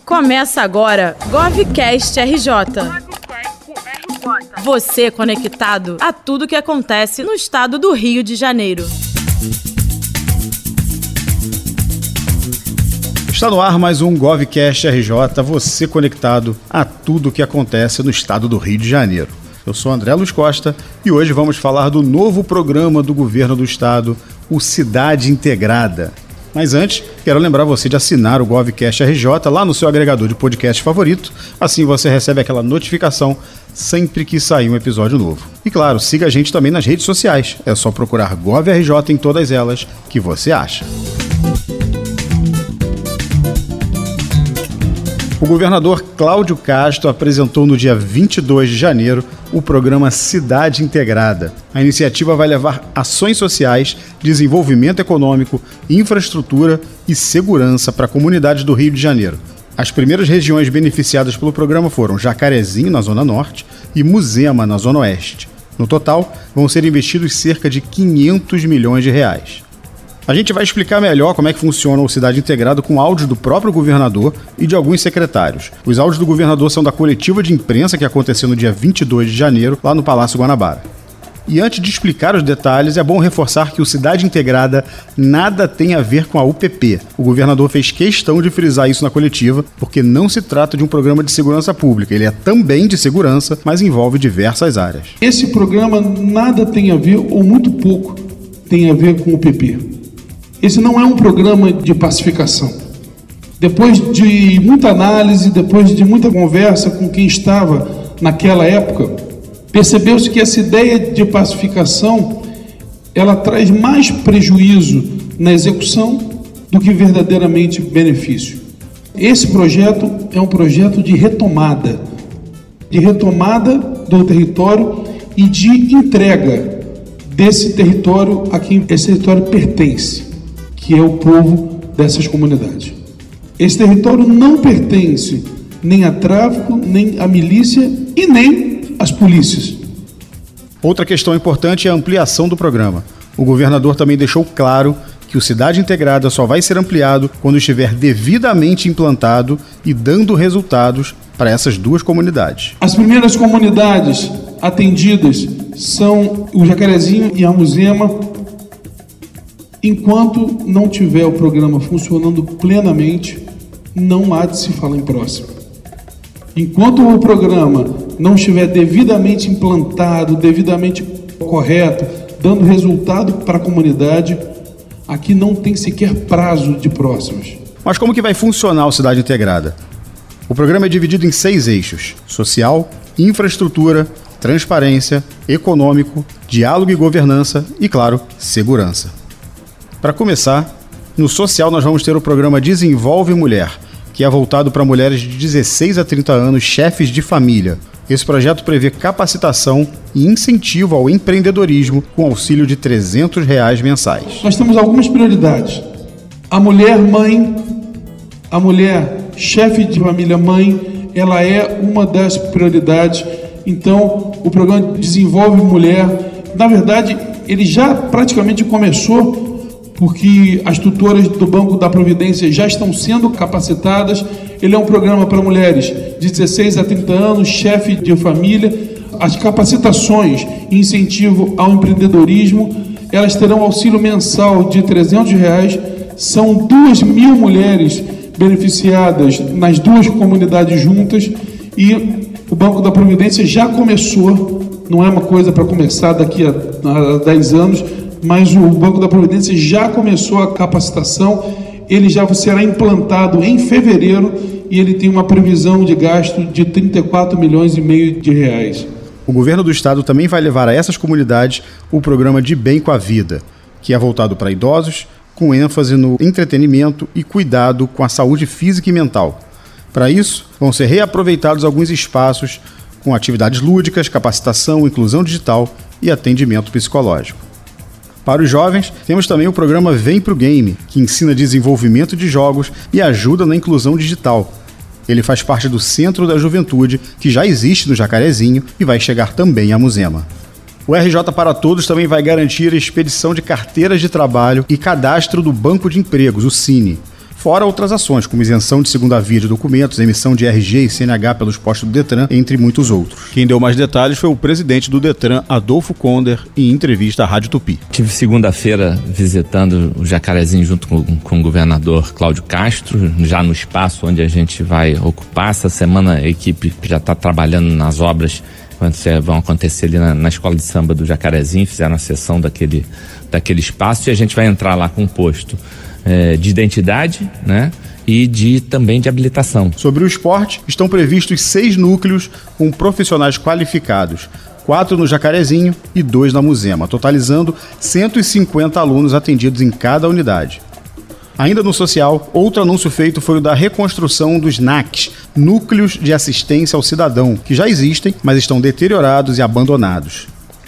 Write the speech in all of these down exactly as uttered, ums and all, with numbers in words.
Começa agora GovCast R J. Você conectado a tudo que acontece no estado do Rio de Janeiro. Está no ar mais um GovCast R J, você conectado a tudo que acontece no estado do Rio de Janeiro. Eu sou André Luiz Costa e hoje vamos falar do novo programa do governo do estado, o Cidade Integrada. Mas antes, quero lembrar você de assinar o GovCast R J lá no seu agregador de podcast favorito, assim você recebe aquela notificação sempre que sair um episódio novo. E claro, siga a gente também nas redes sociais, é só procurar GovRJ em todas elas que você acha. O governador Cláudio Castro apresentou no dia vinte e dois de janeiro o programa Cidade Integrada. A iniciativa vai levar ações sociais, desenvolvimento econômico, infraestrutura e segurança para a comunidade do Rio de Janeiro. As primeiras regiões beneficiadas pelo programa foram Jacarezinho, na Zona Norte, e Muzema, na Zona Oeste. No total, vão ser investidos cerca de quinhentos milhões de reais. A gente vai explicar melhor como é que funciona o Cidade Integrado com áudios do próprio governador e de alguns secretários. Os áudios do governador são da coletiva de imprensa que aconteceu no dia vinte e dois de janeiro, lá no Palácio Guanabara. E antes de explicar os detalhes, é bom reforçar que o Cidade Integrada nada tem a ver com a U P P. O governador fez questão de frisar isso na coletiva, porque não se trata de um programa de segurança pública. Ele é também de segurança, mas envolve diversas áreas. Esse programa nada tem a ver, ou muito pouco, tem a ver com o U P P. Esse não é um programa de pacificação. Depois de muita análise, depois de muita conversa com quem estava naquela época, percebeu-se que essa ideia de pacificação, ela traz mais prejuízo na execução do que verdadeiramente benefício. Esse projeto é um projeto de retomada, de retomada do território e de entrega desse território a quem esse território pertence, que é o povo dessas comunidades. Esse território não pertence nem a tráfico, nem a milícia e nem às polícias. Outra questão importante é a ampliação do programa. O governador também deixou claro que o Cidade Integrada só vai ser ampliado quando estiver devidamente implantado e dando resultados para essas duas comunidades. As primeiras comunidades atendidas são o Jacarezinho e a Muzema. Enquanto não tiver o programa funcionando plenamente, não há de se falar em próximo. Enquanto o programa não estiver devidamente implantado, devidamente correto, dando resultado para a comunidade, aqui não tem sequer prazo de próximos. Mas como que vai funcionar o Cidade Integrada? O programa é dividido em seis eixos: social, infraestrutura, transparência, econômico, diálogo e governança e, claro, segurança. Para começar, no social nós vamos ter o programa Desenvolve Mulher, que é voltado para mulheres de dezesseis a trinta anos, chefes de família. Esse projeto prevê capacitação e incentivo ao empreendedorismo com auxílio de trezentos reais mensais. Nós temos algumas prioridades. A mulher mãe, a mulher chefe de família mãe, ela é uma das prioridades. Então, o programa Desenvolve Mulher, na verdade, ele já praticamente começou, porque as tutoras do Banco da Providência já estão sendo capacitadas. Ele é um programa para mulheres de dezesseis a trinta anos, chefe de família. As capacitações e incentivo ao empreendedorismo, elas terão auxílio mensal de trezentos reais. São duas mil mulheres beneficiadas nas duas comunidades juntas e o Banco da Providência já começou, não é uma coisa para começar daqui a, a dez anos, mas o Banco da Providência já começou a capacitação, ele já será implantado em fevereiro e ele tem uma previsão de gasto de trinta e quatro milhões e meio de reais. O governo do estado também vai levar a essas comunidades o programa De Bem com a Vida, que é voltado para idosos, com ênfase no entretenimento e cuidado com a saúde física e mental. Para isso, vão ser reaproveitados alguns espaços com atividades lúdicas, capacitação, inclusão digital e atendimento psicológico. Para os jovens, temos também o programa Vem Pro Game, que ensina desenvolvimento de jogos e ajuda na inclusão digital. Ele faz parte do Centro da Juventude, que já existe no Jacarezinho e vai chegar também a Muzema. O R J para Todos também vai garantir a expedição de carteiras de trabalho e cadastro do Banco de Empregos, o Cine. Fora outras ações, como isenção de segunda via de documentos, emissão de R G e C N H pelos postos do Detran, entre muitos outros. Quem deu mais detalhes foi o presidente do Detran, Adolfo Conder, em entrevista à Rádio Tupi. Tive segunda-feira visitando o Jacarezinho junto com, com o governador Cláudio Castro, já no espaço onde a gente vai ocupar. Essa semana a equipe já está trabalhando nas obras que vão acontecer ali na, na escola de samba do Jacarezinho, fizeram a sessão daquele, daquele espaço e a gente vai entrar lá com um posto É, de identidade, né, e de, também de habilitação. Sobre o esporte, estão previstos seis núcleos com profissionais qualificados, quatro no Jacarezinho e dois na Muzema, totalizando cento e cinquenta alunos atendidos em cada unidade. Ainda no social, outro anúncio feito foi o da reconstrução dos N A Cs, Núcleos de Assistência ao Cidadão, que já existem, mas estão deteriorados e abandonados.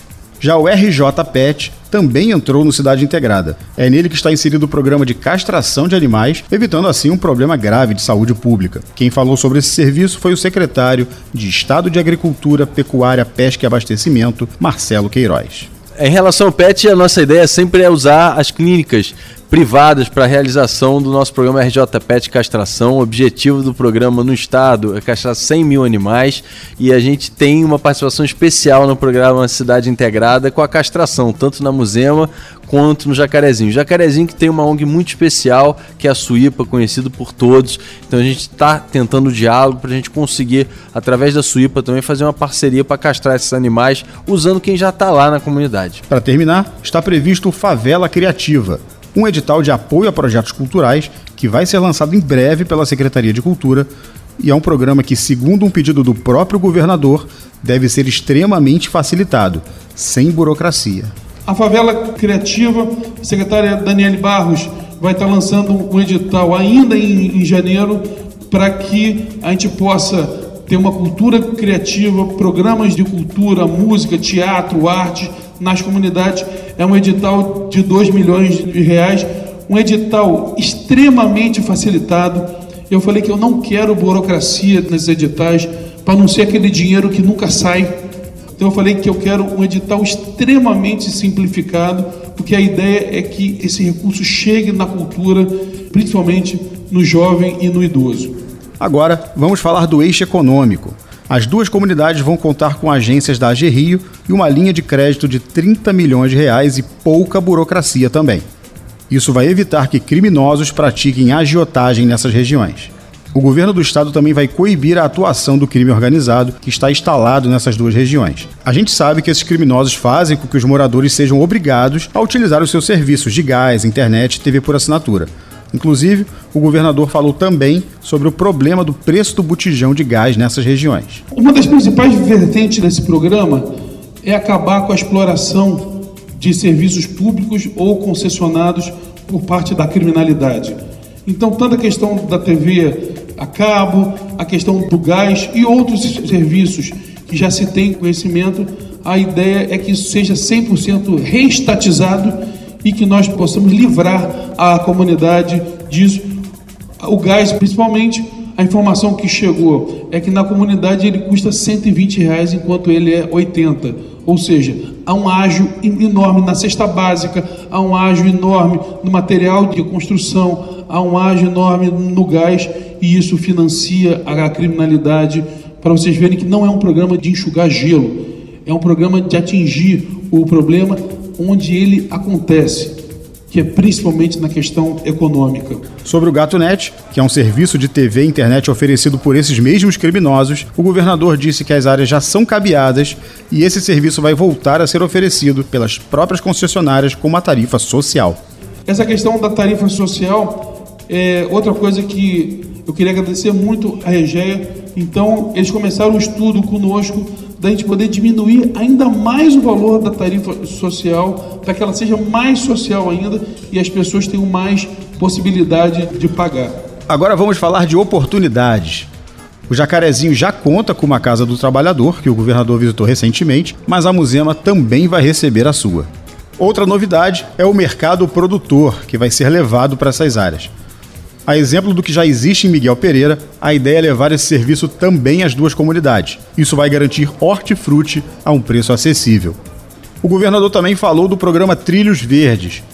Já o R J Pet também entrou no Cidade Integrada. É nele que está inserido o programa de castração de animais, evitando assim um problema grave de saúde pública. Quem falou sobre esse serviço foi o secretário de Estado de Agricultura, Pecuária, Pesca e Abastecimento, Marcelo Queiroz. Em relação ao pet, a nossa ideia sempre é usar as clínicas privadas para a realização do nosso programa R J Pet Castração. O objetivo do programa no estado é castrar cem mil animais e a gente tem uma participação especial no programa Cidade Integrada com a castração, tanto na Muzema quanto no Jacarezinho. O Jacarezinho que tem uma O N G muito especial, que é a Suípa, conhecido por todos. Então a gente está tentando diálogo para a gente conseguir, através da Suípa, também fazer uma parceria para castrar esses animais, usando quem já está lá na comunidade. Para terminar, está previsto o Favela Criativa, um edital de apoio a projetos culturais que vai ser lançado em breve pela Secretaria de Cultura e é um programa que, segundo um pedido do próprio governador, deve ser extremamente facilitado, sem burocracia. A Favela Criativa, a secretária Daniele Barros vai estar lançando um edital ainda em, em janeiro para que a gente possa ter uma cultura criativa, programas de cultura, música, teatro, arte nas comunidades. É um edital de dois milhões de reais, um edital extremamente facilitado. Eu falei que eu não quero burocracia nesses editais, para não ser aquele dinheiro que nunca sai. Então eu falei que eu quero um edital extremamente simplificado, porque a ideia é que esse recurso chegue na cultura, principalmente no jovem e no idoso. Agora, vamos falar do eixo econômico. As duas comunidades vão contar com agências da A G Rio e uma linha de crédito de trinta milhões de reais e pouca burocracia também. Isso vai evitar que criminosos pratiquem agiotagem nessas regiões. O governo do estado também vai coibir a atuação do crime organizado que está instalado nessas duas regiões. A gente sabe que esses criminosos fazem com que os moradores sejam obrigados a utilizar os seus serviços de gás, internet e T V por assinatura. Inclusive, o governador falou também sobre o problema do preço do botijão de gás nessas regiões. Uma das principais vertentes desse programa é acabar com a exploração de serviços públicos ou concessionados por parte da criminalidade. Então, tanto a questão da T V a cabo, a questão do gás e outros serviços que já se tem conhecimento, a ideia é que isso seja cem por cento reestatizado e que nós possamos livrar a comunidade disso. O gás, principalmente, a informação que chegou é que na comunidade ele custa cento e vinte reais, enquanto ele é oitenta. Ou seja, há um ágio enorme na cesta básica, há um ágio enorme no material de construção, há um ágio enorme no gás, e isso financia a criminalidade, para vocês verem que não é um programa de enxugar gelo, é um programa de atingir o problema onde ele acontece, que é principalmente na questão econômica. Sobre o GatoNet, que é um serviço de T V e internet oferecido por esses mesmos criminosos, o governador disse que as áreas já são cabeadas e esse serviço vai voltar a ser oferecido pelas próprias concessionárias com uma tarifa social. Essa questão da tarifa social é outra coisa que eu queria agradecer muito à Regeia. Então, eles começaram um estudo conosco da gente poder diminuir ainda mais o valor da tarifa social, para que ela seja mais social ainda e as pessoas tenham mais possibilidade de pagar. Agora vamos falar de oportunidades. O Jacarezinho já conta com uma Casa do Trabalhador, que o governador visitou recentemente, mas a Muzema também vai receber a sua. Outra novidade é o mercado produtor, que vai ser levado para essas áreas. A exemplo do que já existe em Miguel Pereira, a ideia é levar esse serviço também às duas comunidades. Isso vai garantir hortifruti a um preço acessível. O governador também falou do programa Trilhos Verdes,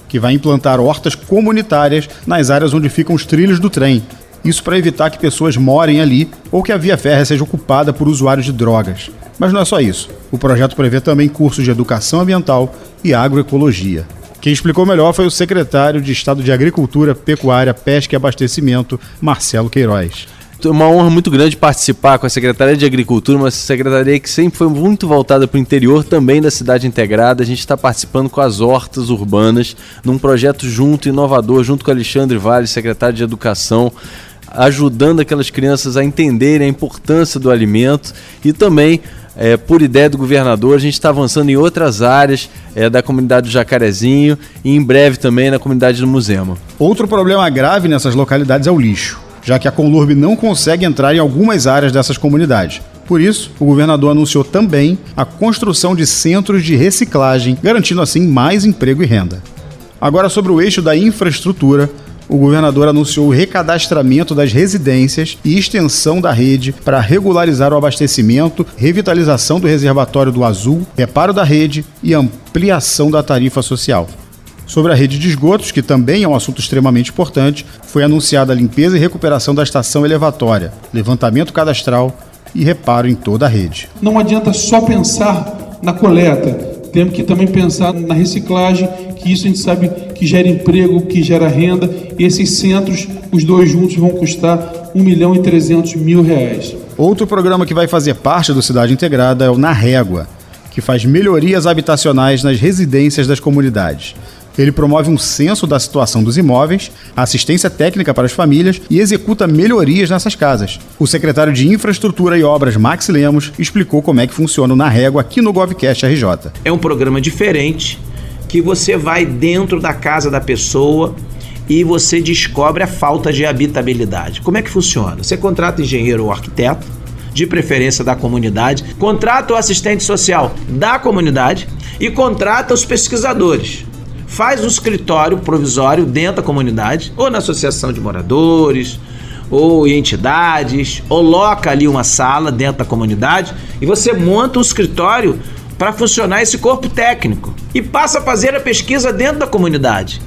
que vai implantar hortas comunitárias nas áreas onde ficam os trilhos do trem. Isso para evitar que pessoas morem ali ou que a via férrea seja ocupada por usuários de drogas. Mas não é só isso. O projeto prevê também cursos de educação ambiental e agroecologia. Quem explicou melhor foi o secretário de Estado de Agricultura, Pecuária, Pesca e Abastecimento, Marcelo Queiroz. É uma honra muito grande participar com a Secretaria de Agricultura, uma secretaria que sempre foi muito voltada para o interior, também da cidade integrada. A gente está participando com as hortas urbanas, num projeto junto, inovador, junto com Alexandre Vale, secretário de Educação, ajudando aquelas crianças a entenderem a importância do alimento e também, é, por ideia do governador, a gente está avançando em outras áreas é, da comunidade do Jacarezinho e em breve também na comunidade do Muzema. Outro problema grave nessas localidades é o lixo, já que a Conlurb não consegue entrar em algumas áreas dessas comunidades. Por isso, o governador anunciou também a construção de centros de reciclagem, garantindo assim mais emprego e renda. Agora, sobre o eixo da infraestrutura, o governador anunciou o recadastramento das residências e extensão da rede para regularizar o abastecimento, revitalização do reservatório do Azul, reparo da rede e ampliação da tarifa social. Sobre a rede de esgotos, que também é um assunto extremamente importante, foi anunciada a limpeza e recuperação da estação elevatória, levantamento cadastral e reparo em toda a rede. Não adianta só pensar na coleta, temos que também pensar na reciclagem, que isso a gente sabe que gera emprego, que gera renda, e esses centros, os dois juntos, vão custar um milhão e trezentos mil reais. Outro programa que vai fazer parte do Cidade Integrada é o Na Régua, que faz melhorias habitacionais nas residências das comunidades. Ele promove um censo da situação dos imóveis, assistência técnica para as famílias e executa melhorias nessas casas. O secretário de Infraestrutura e Obras, Max Lemos, explicou como é que funciona o Na Régua aqui no GovCast R J. É um programa diferente que você vai dentro da casa da pessoa e você descobre a falta de habitabilidade. Como é que funciona? Você contrata engenheiro ou arquiteto, de preferência da comunidade, contrata o assistente social da comunidade e contrata os pesquisadores. Faz um escritório provisório dentro da comunidade, ou na associação de moradores, ou em entidades, ou loca ali uma sala dentro da comunidade e você monta um escritório para funcionar esse corpo técnico e passa a fazer a pesquisa dentro da comunidade.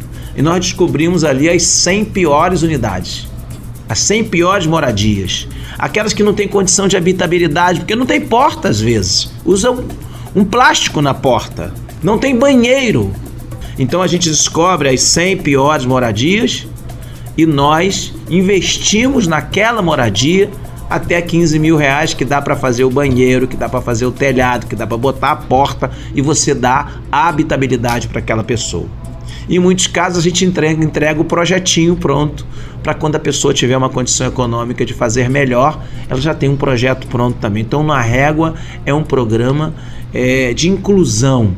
E nós descobrimos ali as cem piores unidades, as cem piores moradias, aquelas que não têm condição de habitabilidade, porque não tem porta às vezes, usam um plástico na porta, não tem banheiro. Então a gente descobre as cem piores moradias e nós investimos naquela moradia até quinze mil reais, que dá para fazer o banheiro, que dá para fazer o telhado, que dá para botar a porta e você dá a habitabilidade para aquela pessoa. Em muitos casos a gente entrega, entrega o projetinho pronto para quando a pessoa tiver uma condição econômica de fazer melhor, ela já tem um projeto pronto também. Então, Na Régua é um programa é, de inclusão,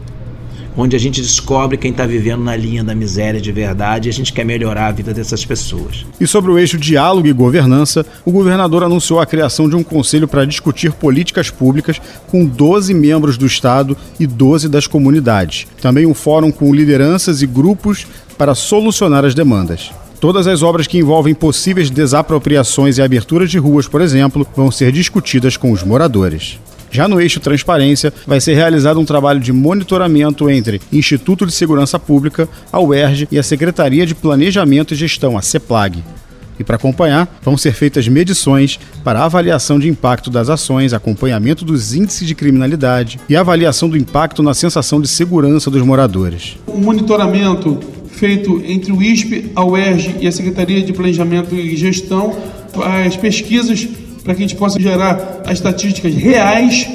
onde a gente descobre quem está vivendo na linha da miséria de verdade e a gente quer melhorar a vida dessas pessoas. E sobre o eixo diálogo e governança, o governador anunciou a criação de um conselho para discutir políticas públicas com doze membros do Estado e doze das comunidades. Também um fórum com lideranças e grupos para solucionar as demandas. Todas as obras que envolvem possíveis desapropriações e aberturas de ruas, por exemplo, vão ser discutidas com os moradores. Já no eixo transparência, vai ser realizado um trabalho de monitoramento entre Instituto de Segurança Pública, a U E R J e a Secretaria de Planejamento e Gestão, a CEPLAG. E para acompanhar, vão ser feitas medições para avaliação de impacto das ações, acompanhamento dos índices de criminalidade e avaliação do impacto na sensação de segurança dos moradores. O monitoramento feito entre o I S P, a U E R J e a Secretaria de Planejamento e Gestão, as pesquisas para que a gente possa gerar as estatísticas reais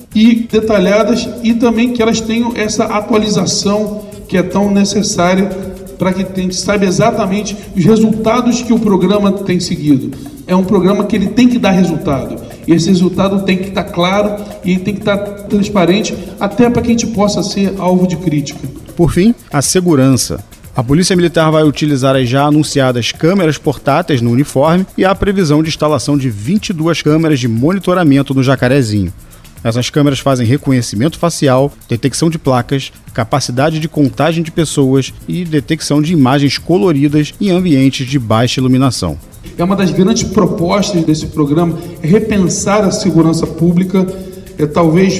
e detalhadas e também que elas tenham essa atualização que é tão necessária para que a gente saiba exatamente os resultados que o programa tem seguido. É um programa que ele tem que dar resultado e esse resultado tem que estar claro e tem que estar transparente até para que a gente possa ser alvo de crítica. Por fim, a segurança. A Polícia Militar vai utilizar as já anunciadas câmeras portáteis no uniforme e há a previsão de instalação de vinte e duas câmeras de monitoramento no Jacarezinho. Essas câmeras fazem reconhecimento facial, detecção de placas, capacidade de contagem de pessoas e detecção de imagens coloridas em ambientes de baixa iluminação. É uma das grandes propostas desse programa, é repensar a segurança pública, é talvez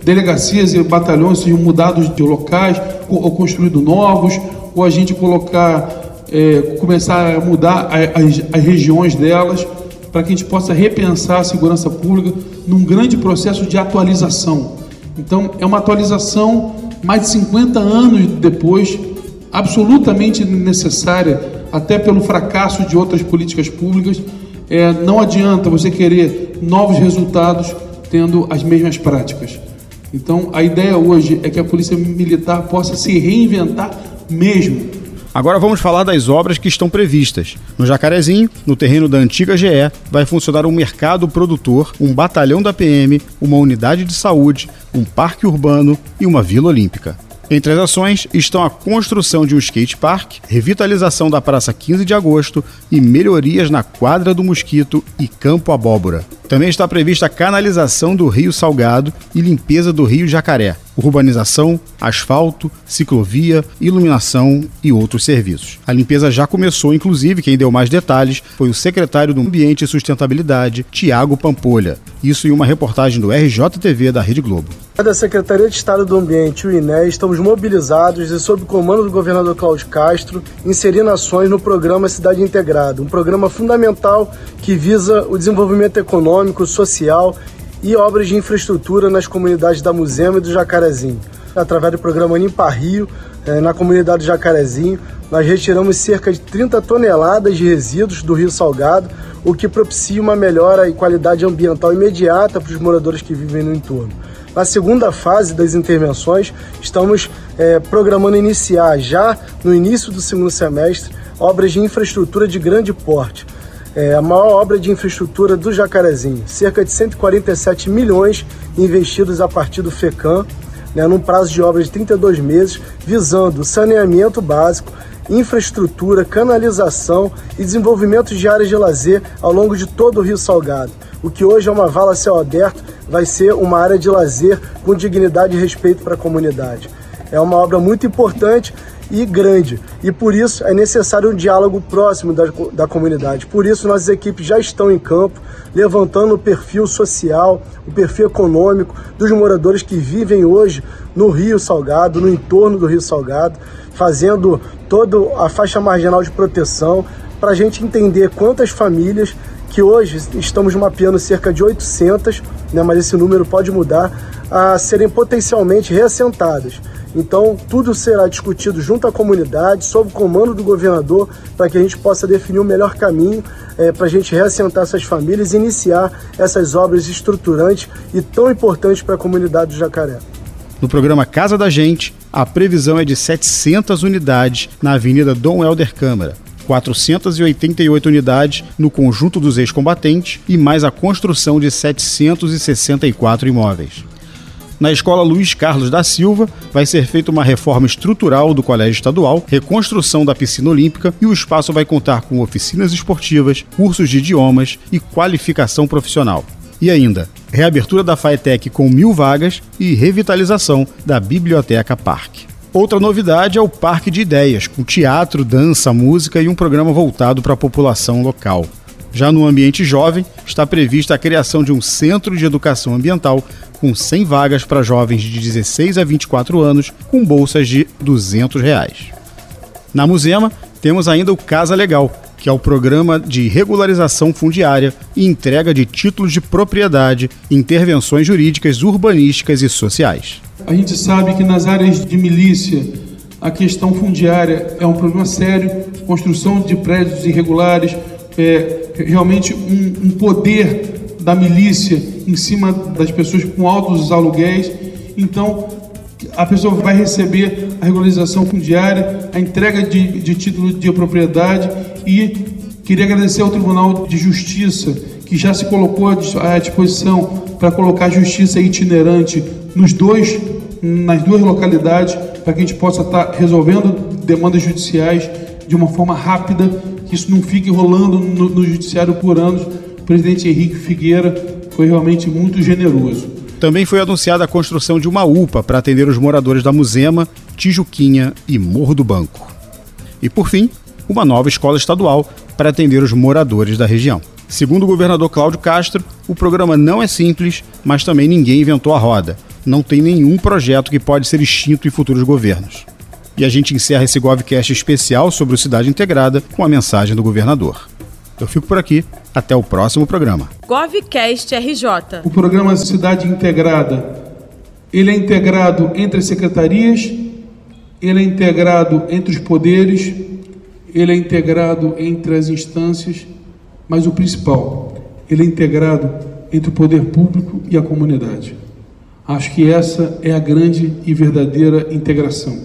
delegacias e batalhões sejam mudados de locais ou, ou construídos novos, ou a gente colocar, é, começar a mudar as, as regiões delas, para que a gente possa repensar a segurança pública num grande processo de atualização. Então, é uma atualização mais de cinquenta anos depois, absolutamente necessária, até pelo fracasso de outras políticas públicas. É, não adianta você querer novos resultados tendo as mesmas práticas. Então, a ideia hoje é que a Polícia Militar possa se reinventar mesmo. Agora vamos falar das obras que estão previstas. No Jacarezinho, no terreno da antiga G E, vai funcionar um mercado produtor, um batalhão da P M, uma unidade de saúde, um parque urbano e uma vila olímpica. Entre as ações estão a construção de um skate park, revitalização da Praça quinze de agosto e melhorias na Quadra do Mosquito e Campo Abóbora. Também está prevista a canalização do Rio Salgado e limpeza do Rio Jacaré, urbanização, asfalto, ciclovia, iluminação e outros serviços. A limpeza já começou, inclusive, quem deu mais detalhes foi o secretário do Ambiente e Sustentabilidade, Tiago Pampolha. Isso em uma reportagem do R J T V da Rede Globo. Da Secretaria de Estado do Ambiente, o I N E, estamos mobilizados e sob o comando do governador Cláudio Castro, inserindo ações no programa Cidade Integrada, um programa fundamental que visa o desenvolvimento econômico, social e obras de infraestrutura nas comunidades da Muzema e do Jacarezinho. Através do programa Limpa Rio, na comunidade do Jacarezinho, nós retiramos cerca de trinta toneladas de resíduos do Rio Salgado, o que propicia uma melhora e qualidade ambiental imediata para os moradores que vivem no entorno. Na segunda fase das intervenções, estamos é, programando iniciar já no início do segundo semestre obras de infraestrutura de grande porte. É a maior obra de infraestrutura do Jacarezinho, cerca de cento e quarenta e sete milhões investidos a partir do FECAM, né, num prazo de obra de trinta e dois meses, visando saneamento básico, infraestrutura, canalização e desenvolvimento de áreas de lazer ao longo de todo o Rio Salgado. O que hoje é uma vala a céu aberto vai ser uma área de lazer com dignidade e respeito para a comunidade. É uma obra muito importante e grande, e por isso é necessário um diálogo próximo da, da comunidade. Por isso nossas equipes já estão em campo, levantando o perfil social, o perfil econômico dos moradores que vivem hoje no Rio Salgado, no entorno do Rio Salgado, fazendo toda a faixa marginal de proteção, para a gente entender quantas famílias, que hoje estamos mapeando cerca de oitocentas, né, mas esse número pode mudar, a serem potencialmente reassentadas. Então, tudo será discutido junto à comunidade, sob o comando do governador, para que a gente possa definir o melhor caminho é, para a gente reassentar essas famílias e iniciar essas obras estruturantes e tão importantes para a comunidade do Jacaré. No programa Casa da Gente, a previsão é de setecentas unidades na Avenida Dom Helder Câmara, quatrocentas e oitenta e oito unidades no conjunto dos ex-combatentes e mais a construção de setecentos e sessenta e quatro imóveis. Na Escola Luiz Carlos da Silva, vai ser feita uma reforma estrutural do Colégio Estadual, reconstrução da piscina olímpica e o espaço vai contar com oficinas esportivas, cursos de idiomas e qualificação profissional. E ainda, reabertura da FAETEC com mil vagas e revitalização da Biblioteca Parque. Outra novidade é o Parque de Ideias, com teatro, dança, música e um programa voltado para a população local. Já no ambiente jovem, está prevista a criação de um centro de educação ambiental com cem vagas para jovens de dezesseis a vinte e quatro anos, com bolsas de duzentos reais. Na Muzema, temos ainda o Casa Legal, que é o programa de regularização fundiária e entrega de títulos de propriedade, intervenções jurídicas, urbanísticas e sociais. A gente sabe que nas áreas de milícia a questão fundiária é um problema sério, construção de prédios irregulares, é realmente um, um poder da milícia em cima das pessoas com altos aluguéis. Então a pessoa vai receber a regularização fundiária, a entrega de, de título de propriedade. E queria agradecer ao Tribunal de Justiça, que já se colocou à disposição para colocar justiça itinerante nos dois, nas duas localidades, para que a gente possa estar resolvendo demandas judiciais de uma forma rápida, que isso não fique rolando no, no judiciário por anos. O presidente Henrique Figueira foi realmente muito generoso. Também foi anunciada a construção de uma U P A para atender os moradores da Muzema, Tijuquinha e Morro do Banco. E por fim, uma nova escola estadual para atender os moradores da região. Segundo o governador Cláudio Castro, o programa não é simples, mas também ninguém inventou a roda. não tem nenhum projeto que pode ser extinto em futuros governos. E a gente encerra esse GovCast especial sobre o Cidade Integrada com a mensagem do governador. Eu fico por aqui. Até o próximo programa. GovCast R J. O programa Cidade Integrada, ele é integrado entre as secretarias, ele é integrado entre os poderes, ele é integrado entre as instâncias, mas o principal, ele é integrado entre o poder público e a comunidade. Acho que essa é a grande e verdadeira integração.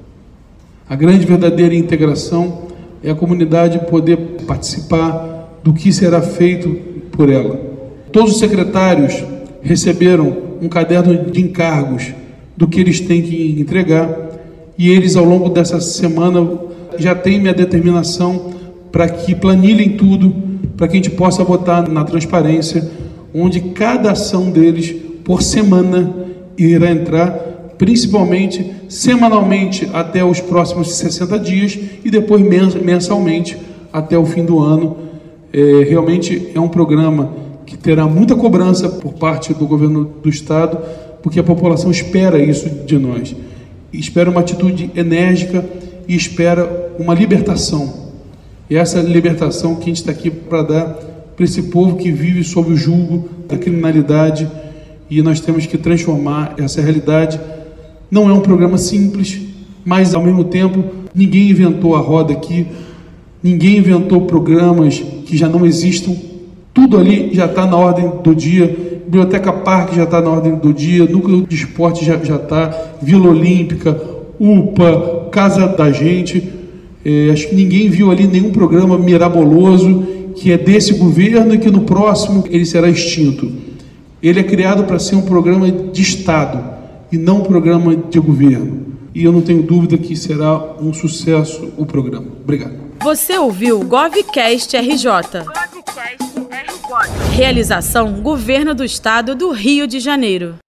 A grande e verdadeira integração é a comunidade poder participar do que será feito por ela. Todos os secretários receberam um caderno de encargos do que eles têm que entregar e eles, ao longo dessa semana, já têm minha determinação para que planilhem tudo, para que a gente possa botar na transparência, onde cada ação deles, por semana, irá entrar, principalmente semanalmente até os próximos sessenta dias e depois mensalmente até o fim do ano. É, realmente é um programa que terá muita cobrança por parte do governo do Estado, porque a população espera isso de nós. Espera uma atitude enérgica e espera uma libertação. E essa libertação que a gente está aqui para dar para esse povo que vive sob o jugo da criminalidade, e nós temos que transformar essa realidade. Não é um programa simples, mas ao mesmo tempo ninguém inventou a roda aqui, ninguém inventou programas que já não existam. Tudo ali já está na ordem do dia. Biblioteca Parque já está na ordem do dia, Núcleo de Esporte já está, Vila Olímpica, U P A, Casa da Gente. É, acho que ninguém viu ali nenhum programa miraboloso que é desse governo e que no próximo ele será extinto. Ele é criado para ser um programa de Estado e não um programa de governo. E eu não tenho dúvida que será um sucesso o programa. Obrigado. Você ouviu o GovCast R J. Realização Governo do Estado do Rio de Janeiro.